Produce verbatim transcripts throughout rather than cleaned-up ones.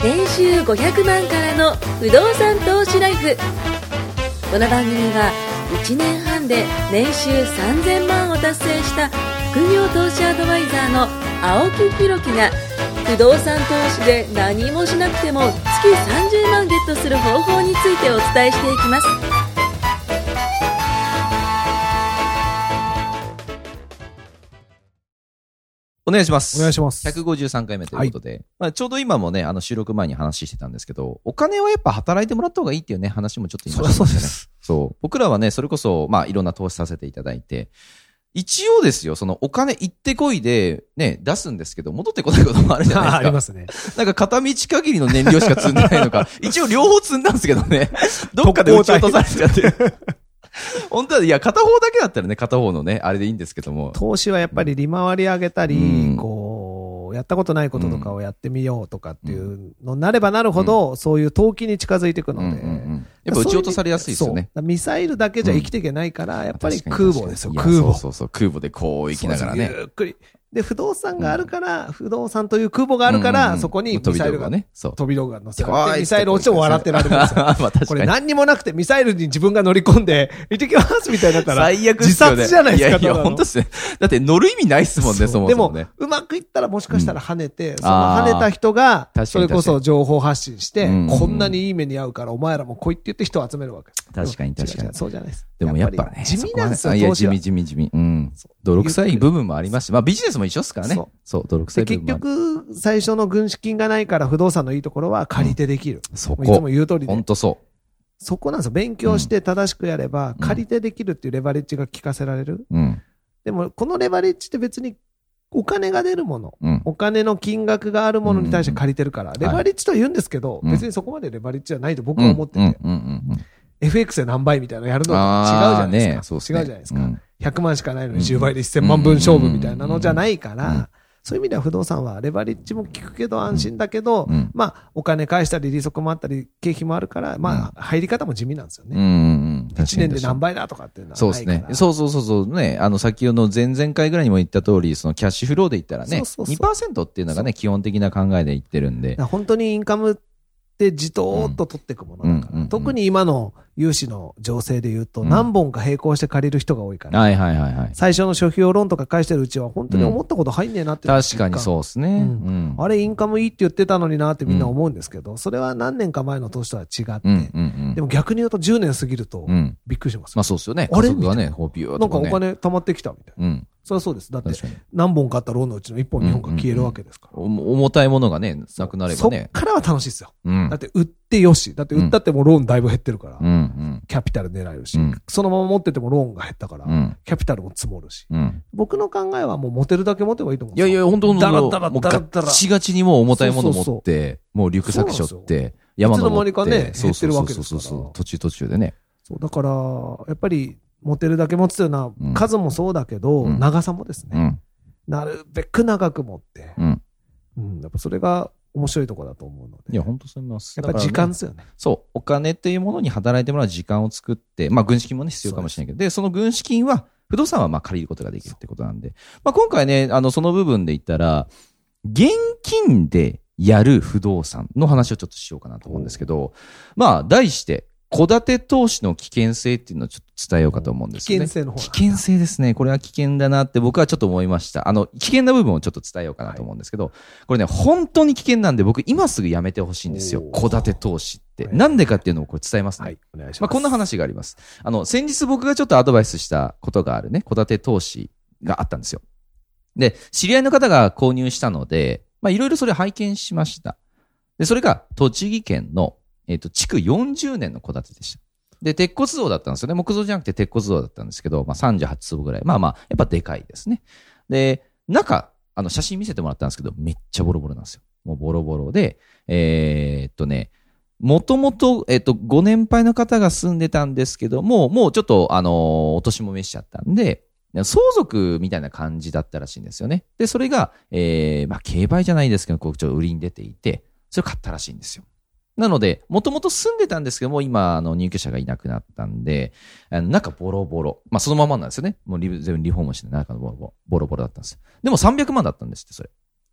年収ごひゃくまんからの不動産投資ライフ。この番組はいちねんはんで年収さんぜんまんを達成した副業投資アドバイザーの青木弘樹が不動産投資で何もしなくても月さんじゅうまんゲットする方法についてお伝えしていきます。 お願いします。 お願いします。 ひゃくごじゅうさんかいめということで、はい、まあ、ちょうど今もね、あの収録前に話してたんですけど、お金はやっぱ働いてもらった方がいいっていうね、話もちょっと言いましたね。そうです。そう。僕らはね、それこそ、まあ、いろんな投資させていただいて、一応ですよ、そのお金行ってこいで、ね、出すんですけど、戻ってこないこともあるじゃないですか。 ありますね。 なんか片道限りの燃料しか積んでないのか、一応両方積んだんですけどね、どっかで撃ち落とされちゃって。本当は、いや、片方だけだったらね、片方のね、あれでいいんですけども。 投資はやっぱり利回り上げたり、うん、こう、やったことないこととかをやってみようとかっていうのになればなるほど、うん、そういう投機に近づいていくので。うんうんうん、 やっぱ撃ち落とされやすいですよね。 ミサイルだけじゃ生きていけないから、うん、やっぱり空母ですよ、空母。 そうそうそう、空母でこう行きながらね。 そうそうゆっくり。で、不動産があるから、うん、不動産という空母があるから、うんうん、そこにミサイルが、ね、飛び道具が乗せられて、ミサイル落ちても笑ってられるんですよ。まあ、これ何にもなくて、ミサイルに自分が乗り込んで、行ってきますみたいになったら、最悪自殺じゃないですか。いやいや、 本当ですね。だって乗る意味ないっすもんね、そもそもね。 でも、うまくいったらもしかしたら跳ねて、うん、その跳ねた人が、それこそ情報発信して、こんなにいい目に遭うから、お前らも来いって言って人を集めるわけです。 確かに確かに。 そうじゃないです。 でもやっぱね、 地味なんですよ、 いや、地味地味地味。うん。泥臭い部分もありますし、まあビジネスも一緒ですからね。そう、泥臭い部分もある。 結局、最初の軍資金がないから不動産のいいところは借り手できる。 うん、そこ。 いつも言う通りで。 ほんとそう。 そこなんですよ。勉強して正しくやれば、借り手できるっていうレバレッジが効かせられる。うん。でも、このレバレッジって別にお金が出るもの、うん、お金の金額があるものに対して借りてるから、レバレッジとは言うんですけど、はい、別にそこまでレバレッジじゃないと僕は思ってて。エフエックス で何倍みたいなのやるのと違うじゃないですか。ね、そうですね、違うじゃないですか、うん。ひゃくまんしかないのにじゅうばいでせんまんぶん勝負みたいなのじゃないから、うん、そういう意味では不動産はレバレッジも効くけど安心だけど、うん、まあお金返したり利息もあったり経費もあるから、まあ入り方も地味なんですよね。うんうんうん、いちねんで何倍だとかっていうのはないから。そうですね。 そうそうそうそうね。あの先ほどの前々回ぐらいにも言った通り、そのキャッシュフローで言ったらね、そうそうそう にパーセント っていうのがね、基本的な考えで言ってるんで。 本当にインカムでじとーっと取っていくものだから、うんうんうんうん、特に今の融資の情勢で言うと、何本か並行して借りる人が多いから、うん、はいはいはいはい、最初の諸費用ローンとか返してるうちは本当に思ったこと入んねえなって、 うん、確かにそうですね、うんうん、 あれインカムいいって言ってたのになってみんな思うんですけど、それは何年か前の投資とは違って、うんうんうん、でも逆に言うとじゅうねん過ぎるとびっくりします、 うん、まあそうですよね。家族がね、こうビューッとね、 なんかお金溜まってきたみたいな、うん、そりゃそうです。だって何本買ったローンのうちのいっぽんにほんが消えるわけですから、 うんうんうん、重たいものがねなくなればね、 そっからは楽しいですよ、うん、だって売ってよし、だって売ったってもローンだいぶ減ってるから、うんうん、キャピタル狙えるし、うん、そのまま持っててもローンが減ったから、うん、キャピタルも積もるし、うん、僕の考えはもう持てるだけ持てばいいと思うんですよ。 いやいや、本当本当だらだらだらだらガチガチにもう重たいもの持って、そうそうそう、もうリュックサック背負って、山の持って、いつの間にかね、減ってるわけですから。そうそうそうそう、途中途中でね。そう、だから、やっぱり、持てるだけ持つというのは、うん、数もそうだけど、うん、長さもですね、うん、なるべく長く持って、うんうん、やっぱそれが面白いところだと思うので。 いや、本当そう思います。 やっぱ時間ですよね。 そう。お金っていうものに働いてもらう時間を作って、まあ、軍資金もね、必要かもしれないけど、で、その軍資金は、不動産はまあ借りることができるってことなんで、まあ、今回ね、あの、その部分で言ったら、現金でやる不動産の話をちょっとしようかなと思うんですけど、まあ、題して、戸建て投資の危険性っていうのをちょっと伝えようかと思うんですよね。 危険性の方。 危険性ですね。これは危険だなって僕はちょっと思いました。あの、危険な部分をちょっと伝えようかなと思うんですけど、はい、これね、本当に危険なんで僕今すぐやめてほしいんですよ。戸建て投資って。なんでかっていうのをこれ伝えますね。はい、お願いします。まあ、こんな話があります。あの、先日僕がちょっとアドバイスしたことがあるね、戸建て投資があったんですよ。で、知り合いの方が購入したので、まあ、いろいろそれ拝見しました。で、それが栃木県の、えっと、築よんじゅうねんの戸建てでした。で、鉄骨造だったんですよね。木造じゃなくて鉄骨造だったんですけど、まあさんじゅうはちつぼぐらい。まあまあ、やっぱでかいですね。で、中、あの写真見せてもらったんですけど、めっちゃボロボロなんですよ。もうボロボロで、えー、っとね、もともと、えっと、ご年配の方が住んでたんですけども、もうちょっと、あのー、お年も召しちゃったんで、相続みたいな感じだったらしいんですよね。で、それが、えー、まあ、競売じゃないですけど、こう、ちょっと売りに出ていて、それを買ったらしいんですよ。なので、もともと住んでたんですけども、今、あの、入居者がいなくなったんで、あの中ボロボロ。まあ、そのままなんですよね。もうリ、全部リフォームして、中のボロボロ、ボロボロだったんです。でもさんびゃくまんだったんですって、それ。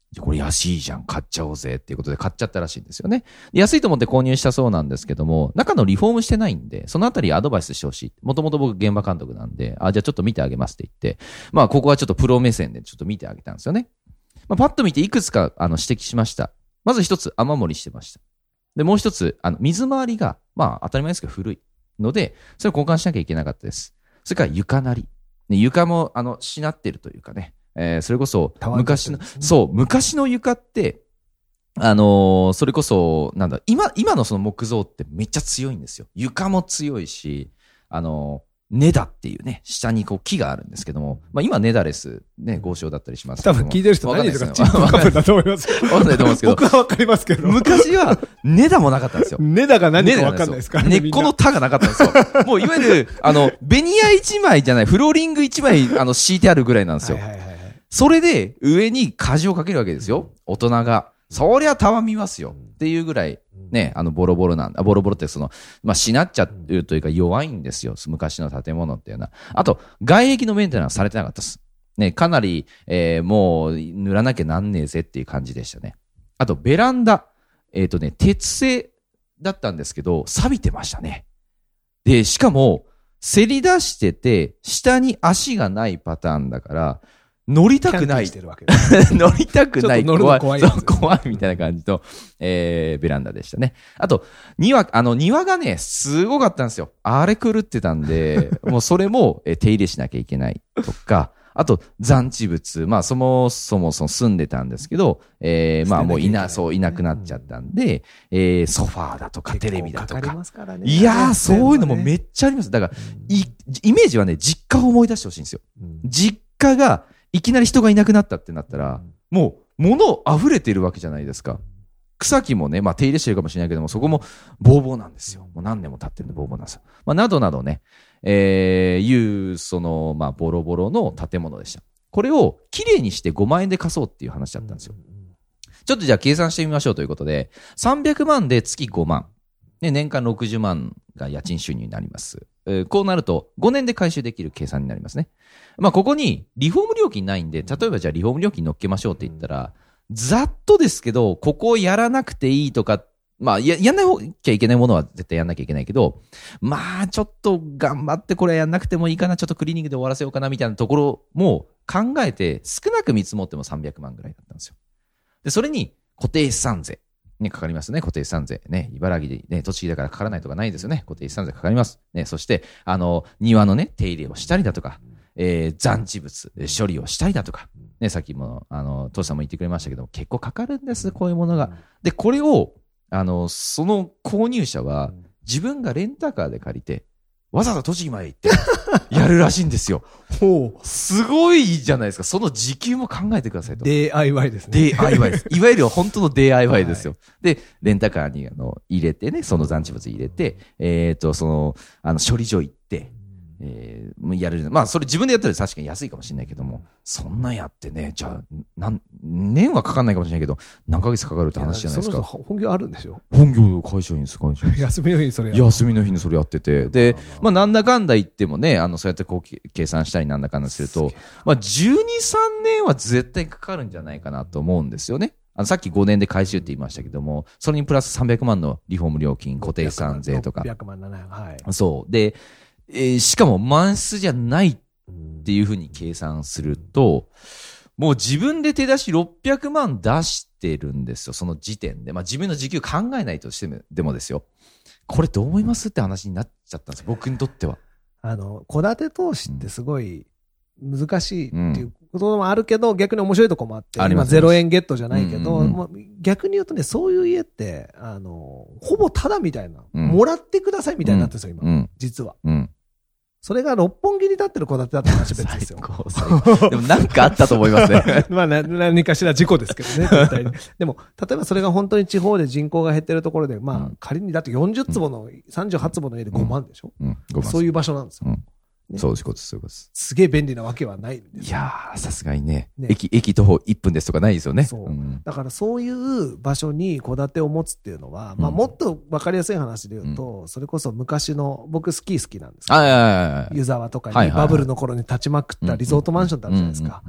これ安いじゃん、買っちゃおうぜっていうことで買っちゃったらしいんですよね。安いと思って購入したそうなんですけども、中のリフォームしてないんで、そのあたりアドバイスしてほしい。もともと僕現場監督なんで、あ、じゃあちょっと見てあげますって言って、まあここはちょっとプロ目線でちょっと見てあげたんですよね。まあパッと見ていくつかあの指摘しました。まず一つ雨漏りしてました。で、もう一つ、あの水回りが、まあ当たり前ですけど古いので、それを交換しなきゃいけなかったです。それから床なり。ね、床もあのしなってるというかね。えー、それこそ、昔の、そう、昔の床って、あのー、それこそ、なんだ、今、今のその木造ってめっちゃ強いんですよ。床も強いし、あのー、根だっていうね、下にこう木があるんですけども、まあ今ネダレス、ね、合唱だったりしますけども。 多分聞いてる人何言ってるかチップカップだと思いますけど。 わかんないと思うんですけど。 僕はわかりますけど。 昔は、ネダもなかったんですよ。 ネダが何かわかんないですからね。根っこの田がなかったんですよ。もういわゆる、あの、ベニヤ一枚じゃない、フローリング一枚、あの、敷いてあるぐらいなんですよ。はいはいはい。それで上に舵をかけるわけですよ。大人が。そりゃたわみますよ。っていうぐらい、ね、あの、ボロボロなんだ。ボロボロってその、まあ、しなっちゃうというか弱いんですよ。昔の建物っていうのは。あと、外壁のメンテナンスされてなかったです。ね、かなり、えー、もう、塗らなきゃなんねえぜっていう感じでしたね。あと、ベランダ。えっとね、鉄製だったんですけど、錆びてましたね。で、しかも、せり出してて、下に足がないパターンだから、乗りたくない。乗りたくない。 怖い。怖い、 そう怖いみたいな感じの、えー、ベランダでしたね。あと、庭、あの、庭がね、すごかったんですよ。あれ狂ってたんで、もうそれも、えー、手入れしなきゃいけないとか、あと、残地物。まあ、そもそもその住んでたんですけど、えー、まあもういな、そう、いなくなっちゃったんで、えー、ソファーだとか、テレビだとか。かかね、いやー、そういうのもめっちゃあります。だから、い、イメージはね、実家を思い出してほしいんですよ。実家が、いきなり人がいなくなったってなったら、もう物溢れてるわけじゃないですか。草木もね、まあ手入れしてるかもしれないけども、そこもボーボーなんですよ。もう何年も経ってるんでボーボーなんですよ。まあなどなどね、えー、いう、その、まあボロボロの建物でした。これをきれいにしてごまんえんで貸そうっていう話だったんですよ。ちょっとじゃあ計算してみましょうということで、さんびゃくまんで月ごまん。ね、年間ろくじゅうまんが家賃収入になります。えー、こうなるとごねんで回収できる計算になりますね。まあここにリフォーム料金ないんで、例えばじゃあリフォーム料金乗っけましょうって言ったら、ざっとですけど、ここをやらなくていいとか、まあや、やんなきゃいけないものは絶対やんなきゃいけないけど、まあちょっと頑張ってこれやんなくてもいいかな、ちょっとクリーニングで終わらせようかなみたいなところも考えて、少なく見積もってもさんびゃくまんぐらいだったんですよ。で、それに固定資産税。ね、かかりますね。固定資産税。ね、茨城でね、栃木だからかからないとかないですよね。固定資産税かかります。ね、そして、あの、庭のね、手入れをしたりだとか、えー、残地物、処理をしたりだとか、ね、さっきも、あの、トシさんも言ってくれましたけど、結構かかるんです、こういうものが。で、これを、あの、その購入者は、自分がレンタカーで借りて、わざわざ栃木まで行って、やるらしいんですよ。ほう。すごいじゃないですか。その時給も考えてくださいと。 ディーアイワイ ですね。 ディーアイワイ です。いわゆる本当の ディーアイワイ ですよ。はい、で、レンタカーにあの入れてね、その残地物入れて、えっと、その、あの、処理場行って、えー、やる。まあ、それ自分でやったら確かに安いかもしれないけども、そんなんやってね、じゃあ、なん、年はかかんないかもしれないけど、何ヶ月かかるって話じゃないですか。 その人本業あるんでしょ？ 本業会社員です、会社員。 休みの日にそれや休みの日にそれやってて。で、まあ、なんだかんだ言ってもね、あの、そうやってこう、計算したりなんだかんだすると、まあ、じゅうに、さんねんは絶対かかるんじゃないかなと思うんですよね。あの、さっきごねんで回収って言いましたけども、それにプラスさんびゃくまんのリフォーム料金、固定資産税とか。 ろっぴゃくまん、ななひゃくまん、はい。 そう。で、えー、しかも満室じゃないっていうふうに計算すると、もう自分で手出しろっぴゃくまん出してるんですよ、その時点で。まあ自分の時給考えないとしても、でもですよ。これどう思いますって話になっちゃったんですよ、僕にとっては。 あの、戸建て投資ってすごい難しいっていうこともあるけど、うん、逆に面白いとこもあって、今ゼロえんゲットじゃないけど、うんうんうん、逆に言うとね、そういう家って、あの、ほぼタダみたいな、うん、もらってくださいみたいになってるんですよ、今、うん、実は。うんそれが六本木に立ってる戸建てだった話別ですよ。 でもなんかあったと思いますね。 まあ何かしら事故ですけどね、絶対に。でも、例えばそれが本当に地方で人口が減ってるところで、まあ仮にだってよんじゅうつぼの、さんじゅうはちつぼの家でごまんでしょ、うんうん、そういう場所なんですよ。うんね、そういうことです、そういうことです。 すげえ便利なわけはないんです。 いやー、さすがにね。ね駅、駅徒歩いっぷんですとかないですよね。 そう。うん、だからそういう場所に戸建てを持つっていうのは、うん、まあもっとわかりやすい話で言うと、うん、それこそ昔の、僕スキー好きなんですけど、 はいはいはいはい、 湯沢とかにバブルの頃に立ちまくったリゾートマンションってあるじゃないですか。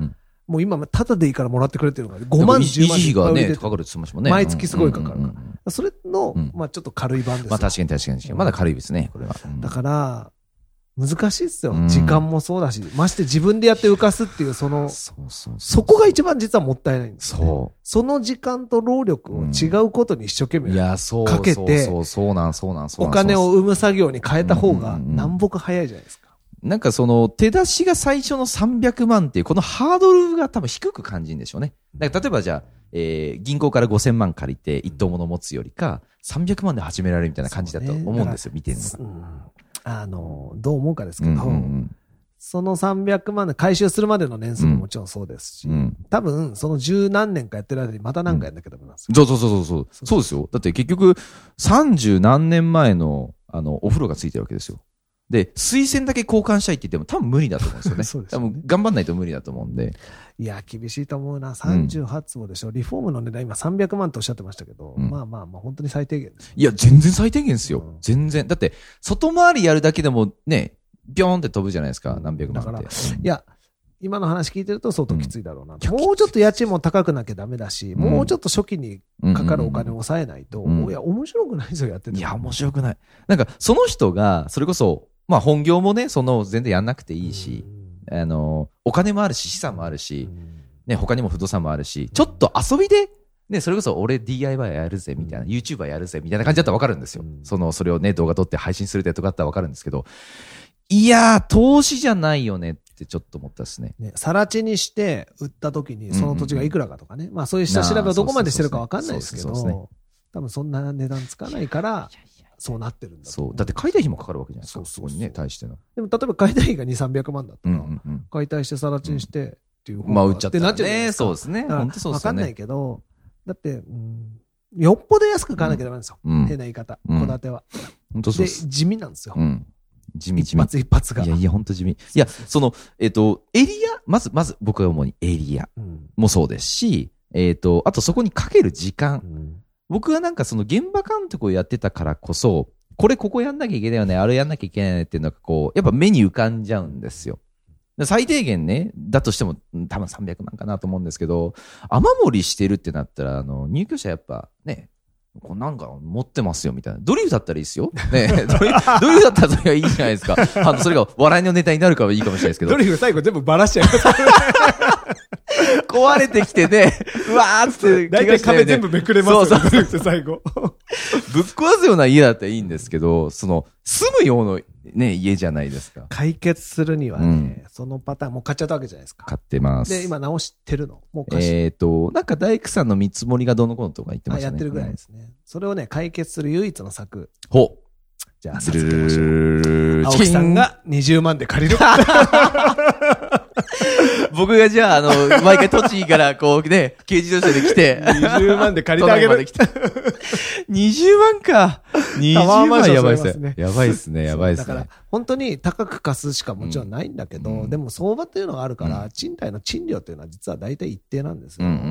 もう今、ただでいいからもらってくれてるのがごまん、じゅうまん。 維持費がね、かかるって言ってましたもんね。 毎月すごいかかるから。それの、まあちょっと軽い版ですよ。 まあ確かに確かに。まだ軽いですね、これは。 だから、難しいっすよ。時間もそうだし、まして自分でやって浮かすっていう、その、そこが一番実はもったいないんですよ。そう。その時間と労力を違うことに一生懸命かけて、 そうそうなん、そうなん、そうなん。 お金を生む作業に変えた方が、なんぼか早いじゃないですか。 なんかその手出しが最初のさんびゃくまんっていうこのハードルが多分低く感じるんでしょうね。だから例えばじゃあ、えー、銀行からごせんまん借りて一等物持つよりかさんびゃくまんで始められるみたいな感じだと思うんですよ、見てるのが、うん。 あの、どう思うかですけど、うんうんうん、そのさんびゃくまんで回収するまでの年数ももちろんそうですし、うん、多分その十何年かやってる間にまた何かやんなきゃダメなんですよ。 そうそうそうそう。そうですよ。だって結局さんじゅう何年前のあのお風呂がついてるわけですよ。で、水栓だけ交換したいって言っても多分無理だと思うんですよね。そうですね。多分頑張んないと無理だと思うんで。 いや、厳しいと思うな。さんじゅうはち坪でしょ。うん、リフォームの値段今さんびゃくまんとおっしゃってましたけど、うん、まあまあまあ本当に最低限です。 いや、全然最低限ですよ。うん、全然。だって、外回りやるだけでもね、ビョーンって飛ぶじゃないですか。何百万って。だから、いや、今の話聞いてると相当きついだろうな、うん、もうちょっと家賃も高くなきゃダメだし、うん、もうちょっと初期にかかるお金を抑えないと、うん、いや、面白くないですよ、やってて。 いや、面白くない。なんか、その人が、それこそ、まあ本業もね、その全然やんなくていいし、うん、あの、お金もあるし、資産もあるし、うん、ね、他にも不動産もあるし、ちょっと遊びで、ね、それこそ俺 ディーアイワイ やるぜみたいな、うん、YouTuber やるぜみたいな感じだったらわかるんですよ。うん、その、それをね、動画撮って配信するってとかだったらわかるんですけど、いやー、投資じゃないよねってちょっと思ったですね。 ね、さら地にして売った時にその土地がいくらかとかね、うんうんうん、まあそういう下調べをどこまでしてるかわかんないですけど、多分そんな値段つかないから、そうなってるんだ。 そう。だって解体費もかかるわけじゃないですか。そこにね、対しての。 でも例えば解体費がに、さんびゃくまんだったら、うんうんうん、解体してさら地にしてっていう方が、 まあ売っちゃったらね。 ってなっちゃうじゃないですか。 そうですね。本当そうですね。 わかんないけど、だって、うん、よっぽど安く買わなきゃダメなんですよ。うん、変な言い方。戸、うん、建ては。 本当そうです。 で、地味なんですよ。 うん地味地味。 一発一発が。 いやいや、ほんと地味。いや、その、えっと、エリア、まず、まず僕が思うにエリアもそうですし、えっと、あとそこにかける時間。うん、僕はなんかその現場監督をやってたからこそ、これここやんなきゃいけないよね、あれやんなきゃいけないよねっていうのがこう、やっぱ目に浮かんじゃうんですよ。最低限ね、だとしても多分さんびゃくまんかなと思うんですけど、雨漏りしてるってなったら、あの、入居者やっぱね、こうなんか持ってますよみたいな。ドリフだったらいいですよ。ねドリフ、ドリフだったらそれがいいじゃないですか。あの、それが笑いのネタになるからいいかもしれないですけど。 ドリフ最後全部バラしちゃいます。 壊れてきてね、うわーって、 大体壁全部めくれますよ。そうそうそう。最後。 ぶっ壊すような家だったらいいんですけど、その、住む用のね、家じゃないですか。 解決するにはね、うん、そのパターンもう買っちゃったわけじゃないですか。 買ってます。 で、今直してるのもう貸しえっ、ー、と、なんか大工さんの見積もりがどのこととか言ってましたね。 やってるぐらいですね。うん、それをね、解決する唯一の策。 ほう。 じゃあ、授けましょう。青木さんがにじゅうまんで借りる。 僕がじゃあ、あの、毎回栃木からこうね、軽自動車で来て。 にじゅうまんで借りてあげる。 にじゅうまんか。にじゅうまんやばいっすね。やばいっすね、やばいっすね。 だから、本当に高く貸すしかもちろんないんだけど、うん、でも相場っていうのがあるから、うん、賃貸の賃料っていうのは実は大体一定なんですよ。うんうんうん、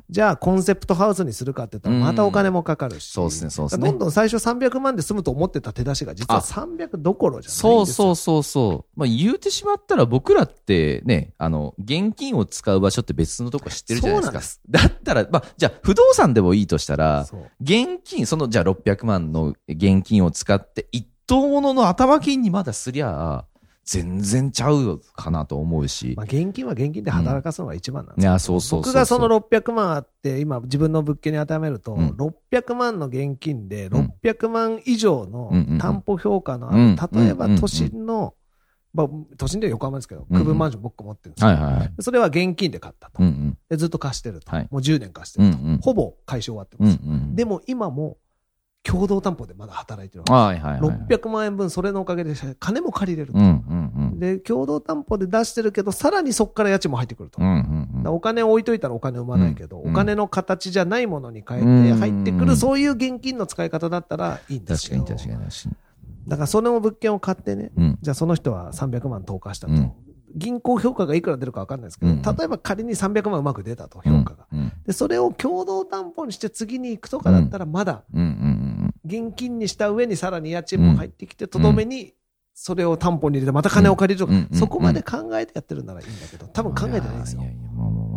じゃあ、コンセプトハウスにするかって言ったら、またお金もかかるし。 うんうん、そうですね、そうですね。 どんどん最初さんびゃくまんで済むと思ってた手出しが、実はさんびゃくどころじゃないんですよ。そうそうそうそう。まあ言うてしまったら僕らってね、あの、現金を使う場所って別のとこ知ってるじゃないですか。そうなんです。だったら、まあ、じゃあ不動産でもいいとしたら、現金、そのじゃあろっぴゃくまんの現金を使って一等物の頭金にまだすりゃ、全然ちゃうかなと思うし。 まあ現金は現金で働かすのが一番なんですよ、 うん、いや、そうそうそうそう。 僕がそのろっぴゃくまんあって、今自分の物件に当てはめると、うん、ろっぴゃくまんの現金でろっぴゃくまん以上の担保評価のある、うん、例えば都心の、まあ、都心で横浜ですけど、区分マンション僕持ってるんですよ、はいはいはい。それは現金で買ったと。うんうん、でずっと貸してると、はい。もうじゅうねん貸してると。うんうん、ほぼ解消終わってます、うんうん。でも今も共同担保でまだ働いてるわけです。はいはいはいはい、ろっぴゃくまんえんぶんそれのおかげで金も借りれると、うんうんうん。で、共同担保で出してるけど、さらにそこから家賃も入ってくると。うんうんうん、お金を置いといたらお金生まないけど、うんうん、お金の形じゃないものに変えて入ってくる、うんうん、そういう現金の使い方だったらいいんですよ。 確かに確かに確かに。 だからその物件を買ってね、うん、じゃあその人はさんびゃくまん投下したと、うん、銀行評価がいくら出るか分かんないですけど、うん、例えば仮にさんびゃくまんうまく出たと評価が、うん、でそれを共同担保にして次に行くとかだったらまだ現金にした上にさらに家賃も入ってきてとどめにそれを担保に入れてまた金を借りるとか、そこまで考えてやってるならいいんだけど、多分考えてないんですよ。いやいやまあ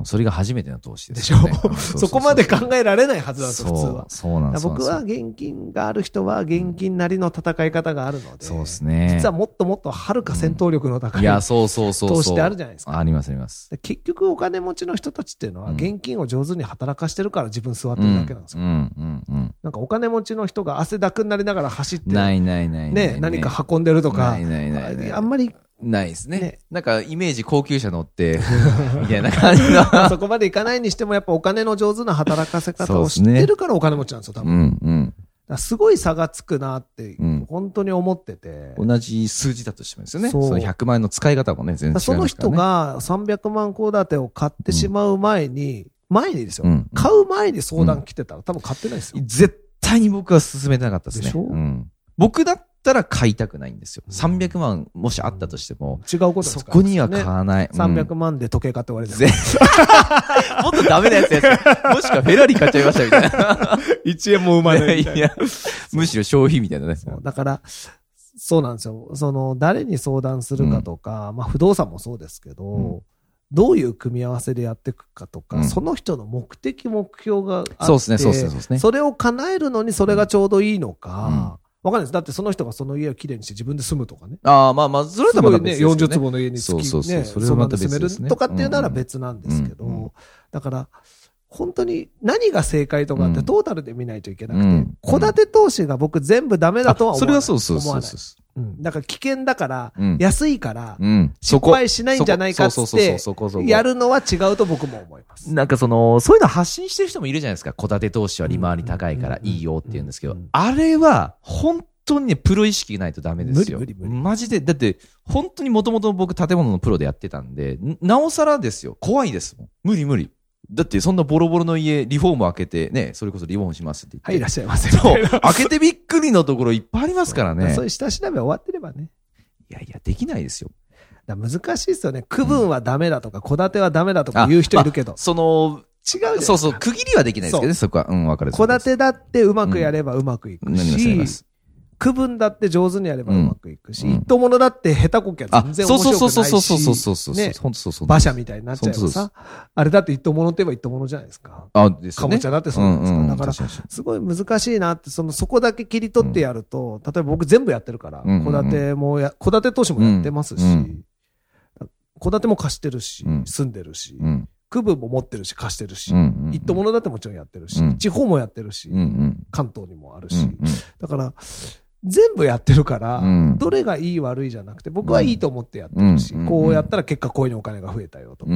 うん、それが初めての投資ですよね。 でしょそこまで考えられないはずなんですよ、普通は。 そうなんです。 僕は現金がある人は現金なりの戦い方があるので、 そうですね。 実はもっともっとはるか戦闘力の高い、うん、 いや、そうそうそうそう。 投資ってあるじゃないですか。 ありますあります。 結局お金持ちの人たちっていうのは現金を上手に働かしてるから自分座ってるだけなんですよ。うんうんうん、なんかお金持ちの人が汗だくになりながら走って、 ないないないね、何か運んでるとか、 ないないないない、 あんまりないですね。ね、なんかイメージ高級車乗って、みたいな感じの。 そこまでいかないにしてもやっぱお金の上手な働かせ方を知ってるからお金持ちなんですよ、多分。うんうん、だすごい差がつくなって、本当に思ってて、 うん。同じ数字だとしてもですよね。そう。そのひゃくまんえんの使い方もね、全然違いますからね。 その人がさんびゃくまん戸建てを買ってしまう前に、うん、前にですよ、うん。買う前に相談来てたら多分買ってないですよ。 絶対に僕は勧めてなかったですね。でしょ？うん、僕だったら買いたくないんですよ。さんびゃくまんもしあったとしても。 違うことですか、 そこには買わない。 さんびゃくまんで時計買って終わりです。 もっとダメなやつやつ。もしくはフェラーリ買っちゃいましたみたいな。 いちえんも生まないみたいな。いや、 むしろ消費みたいなね。 だから、そうなんですよ。その、誰に相談するかとか、うん、まあ不動産もそうですけど、うん、どういう組み合わせでやっていくかとか、うん、その人の目的目標があって、 そうですね、そうですね、そうですね。 それを叶えるのにそれがちょうどいいのか、うんわかんないです。だってその人がその家をきれいにして自分で住むとかね。 ああ、まあまあ、それはまた別ですね。よんじゅうつぼの家につきね、 そうそうそう。それはまた別ですね。住めるとかっていうなら別なんですけど、うんうん、だから、本当に何が正解とかってトータルで見ないといけなくて、戸、うん、建て投資が僕全部ダメだとは思わない。 それはそうそうそうそう。 うん、だから危険だから、うん、安いから、うん、失敗しないんじゃないかって、やるのは違うと僕も思います。 なんかその、そういうの発信してる人もいるじゃないですか。戸建て投資は利回り高いからいいよって言うんですけど、あれは、本当にね、プロ意識ないとダメですよ。無理無理無理。マジで、だって、本当にもともと僕建物のプロでやってたんで、なおさらですよ。怖いですもん。無理無理。だってそんなボロボロの家、リフォーム開けてね、それこそリフォームしますって言って。 はい、いらっしゃいませ。 そう。開けてびっくりのところいっぱいありますからね。 そういう下調べ終わってればね。 いやいや、できないですよ。 だ難しいですよね。区分はダメだとか、戸建てはダメだとか言う人いるけど。まあ、 その、 違うじゃん。 そうそう、区切りはできないですけどね、そこは。うん、わかる。 戸建てだってうまくやればうまくいくし、区分だって上手にやればうまくいくし、うん、一等物だって下手こきゃ全然面白くないし、そうそうそうそうそうそうそう、ね、本当そうそう。馬車みたいになっちゃえばさ、あれだって一等物って言えば一等物じゃないですか。 あ、ですね。 かぼちゃだってそうなんですか。うんうん、だから、すごい難しいなって、その、そこだけ切り取ってやると、例えば僕全部やってるから、戸建てもや、戸建て投資もやってますし、戸建ても貸してるし、住んでるし、うん区分も持ってるし貸してるし、うんうんうん、一等物だってもちろんやってるし、うん、地方もやってるし、うんうん、関東にもあるし、うんうん、だから、全部やってるから、うん、どれがいい悪いじゃなくて、僕はいいと思ってやってるし、うん、こうやったら結果こういうお金が増えたよとか、うん、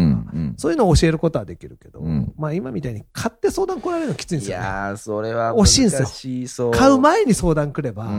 そういうのを教えることはできるけど、うん、まあ今みたいに買って相談来られるのきついんですよね。 いやー、それは難しいんですよ。買う前に相談来れば。 うん、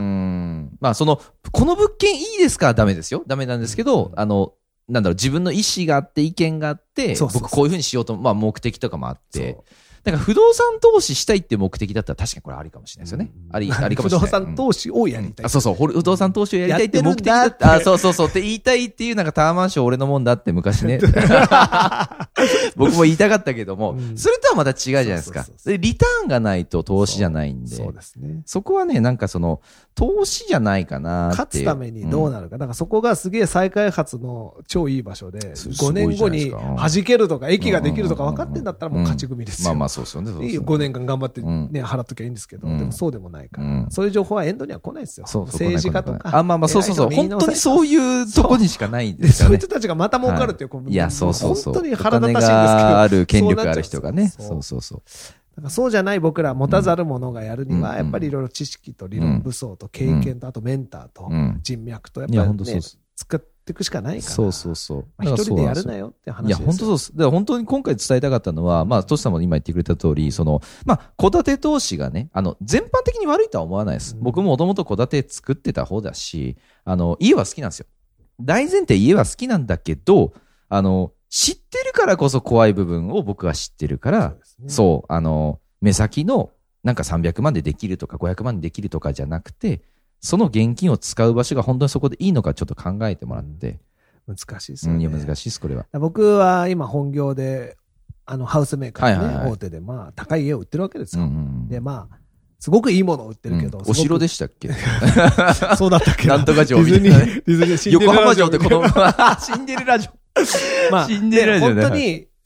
まあその、この物件いいですかダメですよ。ダメなんですけど、うん、あの、なんだろう、自分の意思があって、意見があって、そうそうそう僕こういうふうにしようと、まあ目的とかもあって、だから不動産投資したいって目的だったら確かにこれありかもしれないですよね。うん、あり、ありかもしれない。 不動産投資をやりたい、うん。 あ、そうそう、不動産投資をやりたいって目的だった。あ、そうそうそうって言いたいっていうなんかタワーマンション俺のもんだって昔ね。僕も言いたかったけども、うん、それとはまた違うじゃないですか。で、リターンがないと投資じゃないんで。 そう、そうですね。 そこはね、なんかその、投資じゃないかなって。 勝つためにどうなるか。うん、だからそこがすげえ再開発の超いい場所で、ごねんごに弾けるとか、駅ができるとか分かってんだったらもう勝ち組ですよ。 まあまあそうですよね。 いいよ、ごねんかん頑張ってね、払っときゃいいんですけど、でもそうでもないから、そういう情報はエンドには来ないですよ。政治家とか。 あ、まあまあそうそうそう。本当にそういうとこにしかないんですよね。 そういう人たちがまた儲かるっていう、 いや、そうそうそう。 本当に腹立たしいんですけど。 お金がある、権力ある人がね。そうそうそう。 だからそうじゃない僕ら持たざる者がやるには、やっぱりいろいろ知識と理論武装と経験と、あとメンターと人脈と、やっぱりね、使っていくしかないから。 そうそうそう。 一人でやるなよって話ですよ。 いや、本当そうです。だから本当に今回伝えたかったのは、まあ、トシさんも今言ってくれた通り、その、まあ、戸建て投資がね、あの、全般的に悪いとは思わないです。うん、僕ももともと戸建て作ってた方だし、あの、家は好きなんですよ。大前提家は好きなんだけど、あの、知ってるからこそ怖い部分を僕は知ってるから、そう、そう、あの、目先のなんかさんびゃくまんでできるとかごひゃくまんでできるとかじゃなくて、その現金を使う場所が本当にそこでいいのかちょっと考えてもらって。 うん、難しいですよね。 うん、いや難しいです、これは。 僕は今本業で、あの、ハウスメーカーのね、はいはいはい、大手で、まあ、高い家を売ってるわけですよ。うんうん、で、まあ、すごくいいものを売ってるけど。うん、 お城でしたっけそうだったっけなんとか城みたいな、ね。 ディズニー、 横浜城ってこの、シンデレラ城。まあ、 シンデレラ城ね。本当に、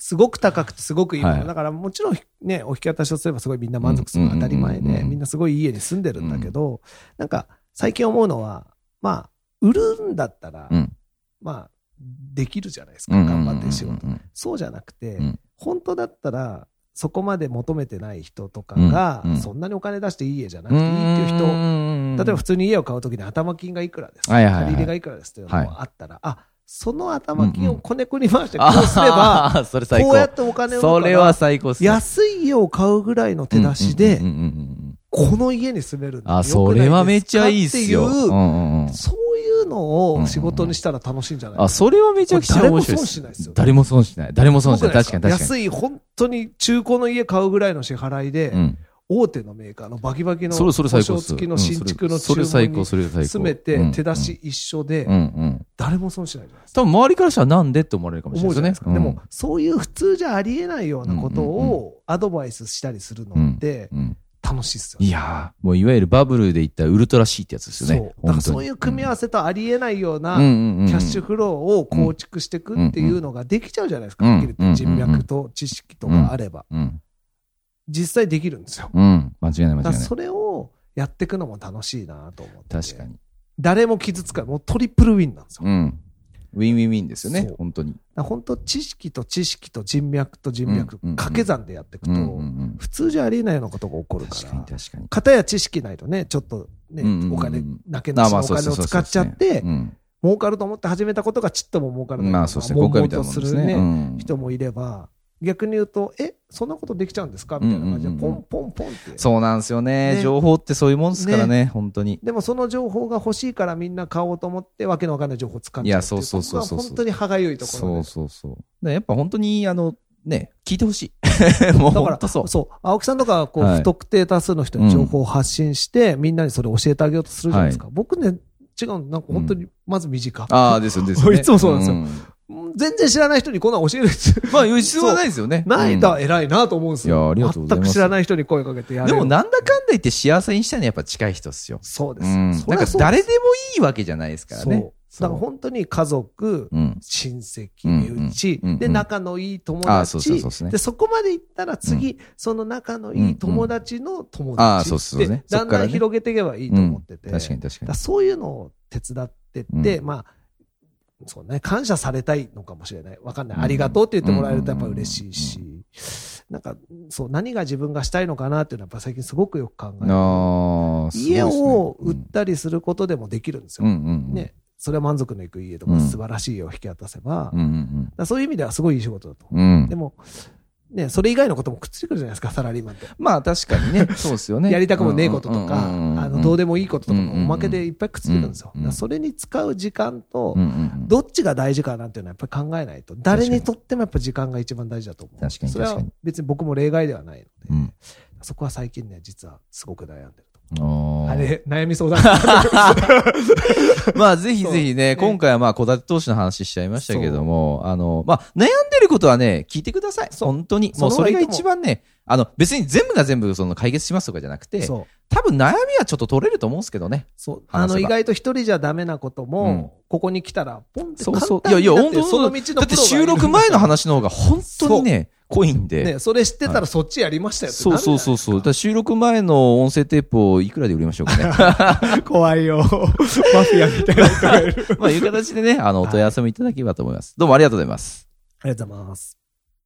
すごく高くてすごくいいもの、 はい、 だからもちろんね、お引き渡しをすればすごいみんな満足するのは当たり前で、みんなすごいいい家に住んでるんだけど、うん、なんか最近思うのは、まあ、売るんだったら、うん、まあ、できるじゃないですか、頑張って仕事。そうじゃなくて、うん、本当だったら、そこまで求めてない人とかが、うんうん、そんなにお金出していい家じゃなくていいっていう人、例えば普通に家を買うときに頭金がいくらです、はいはいはい、借り入れがいくらですっていうのがあったら、はい、あ、その頭金をこねくり回してこうすれば、うんうん、こうやってお金をそれは最高っすね。 安い家を買うぐらいの手出しで、この家に住めるんだ。 あ、それはめっちゃいいっすよ。 っていう、うんうん、そういうのを仕事にしたら楽しいんじゃないですか。 あ、それはめちゃくちゃ面白いです。誰も損しないですよ。誰も損しない。誰も損しない。確かに確かに。 安い、本当に中古の家買うぐらいの支払いで、うん、大手のメーカーのバキバキの保証付きの新築の注文に住めて手出し一緒で誰も損しないじゃないですか。 多分周りからしたらなんでって思われるかもしれないですね。 でもそういう普通じゃありえないようなことをアドバイスしたりするのって楽しいっすよね。 いやー、もういわゆるバブルで言ったウルトラ C ってやつですよね。 そう。だからそういう組み合わせとありえないようなキャッシュフローを構築していくっていうのができちゃうじゃないですか。はっきり言って人脈と知識とかあれば。実際できるんですよ。 うん。間違いない間違いない。 それをやっていくのも楽しいなと思って。 確かに。 誰も傷つかない。もうトリプルウィンなんですよ。 うん。ウィンウィンウィンですよね。本当に。 本当知識と知識と人脈と人脈、掛け算でやっていくと、普通じゃありえないようなことが起こるから。確かに確かに。片や知識ないとね、ちょっとね、お金、なけなしのお金を使っちゃって、儲かると思って始めたことがちっとも儲かるのか。 まあそうですね。今回みたいなもんですね。 人もいれば、逆に言うと、え、そんなことできちゃうんですかみたいな感じで、ポンポンポンって。 そうなんですよね。情報ってそういうもんですからね、本当に。 でもその情報が欲しいからみんな買おうと思って、わけのわかんない情報を使っちゃう。いや、そうそうそうそう。本当に歯がゆいところ。 そうそうそう。やっぱ本当に、あの、ね、聞いてほしい。もう本当そう。 そう。青木さんとか、こう、不特定多数の人に情報を発信して、みんなにそれを教えてあげようとするじゃないですか。僕ね、違う、なんか本当に、まず短。 ああ、ですよ、ですよ。 いつもそうなんですよ。全然知らない人にこんな教えるまあ、必要はないですよね。 ないと偉いなと思うんですよ。いや、ありがとうございます。全く知らない人に声かけてやる。 でも、なんだかんだ言って幸せにしたいのはやっぱ近い人っすよ。 そうです。 なんか誰でもいいわけじゃないですからね。 だから本当に家族、親戚、身内、で、仲のいい友達。で、そこまで行ったら次、その仲のいい友達の友達。で、だんだん広げていけばいいと思ってて。 確かに確かに。 そういうのを手伝ってって、まあ、そうね、感謝されたいのかもしれない。わかんない。ありがとうって言ってもらえるとやっぱ嬉しいし、なんか、そう、何が自分がしたいのかなっていうのはやっぱ最近すごくよく考える。家を売ったりすることでもできるんですよ。ね。それは満足のいく家とか素晴らしい家を引き渡せば、そういう意味ではすごいいい仕事だと。でも、ね、それ以外のこともくっついてくるじゃないですか、サラリーマンって。 まあ確かにね。そうですよね。 やりたくもねえこととか、あの、どうでもいいこととかもおまけでいっぱいくっついてくるんですよ。それに使う時間と、どっちが大事かなんていうのはやっぱり考えないと、誰にとってもやっぱ時間が一番大事だと思う。確かに確かに。それは別に僕も例外ではないので、そこは最近ね、実はすごく悩んでる。あれ、悩み相談。 まあ、ぜひぜひね、今回はまあ、戸建て投資の話しちゃいましたけども、あの、まあ、悩んでることはね、聞いてください。本当に。もうそれが一番ね、あの、別に全部が全部その解決しますとかじゃなくて、多分悩みはちょっと取れると思うんですけどね。 そう。あの、意外と一人じゃダメなことも、ここに来たら、ポンって簡単になって。そうそう。 いやいや、本当その道のだって収録前の話の方が本当にね、濃いんで。 ね、それ知ってたらそっちやりましたよって。 そうそうそうそう。だ収録前の音声テープをいくらで売りましょうかね。怖いよ。マフィアみたいな人がいる。 まあ、いう形でね、あの、お問い合わせもいただければと思います。どうもありがとうございます。 ありがとうございます。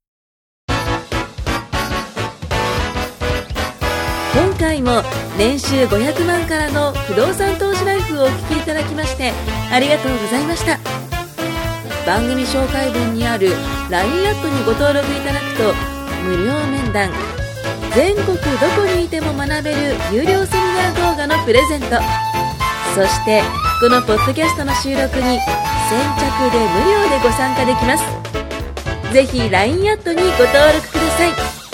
今回も年収ごひゃくまんからの不動産投資ライフをお聞きいただきましてありがとうございました。番組紹介文にある ライン アットにご登録いただくと無料面談、全国どこにいても学べる有料セミナー動画のプレゼント、そしてこのポッドキャストの収録に先着で無料でご参加できます。ぜひ ライン アットにご登録ください。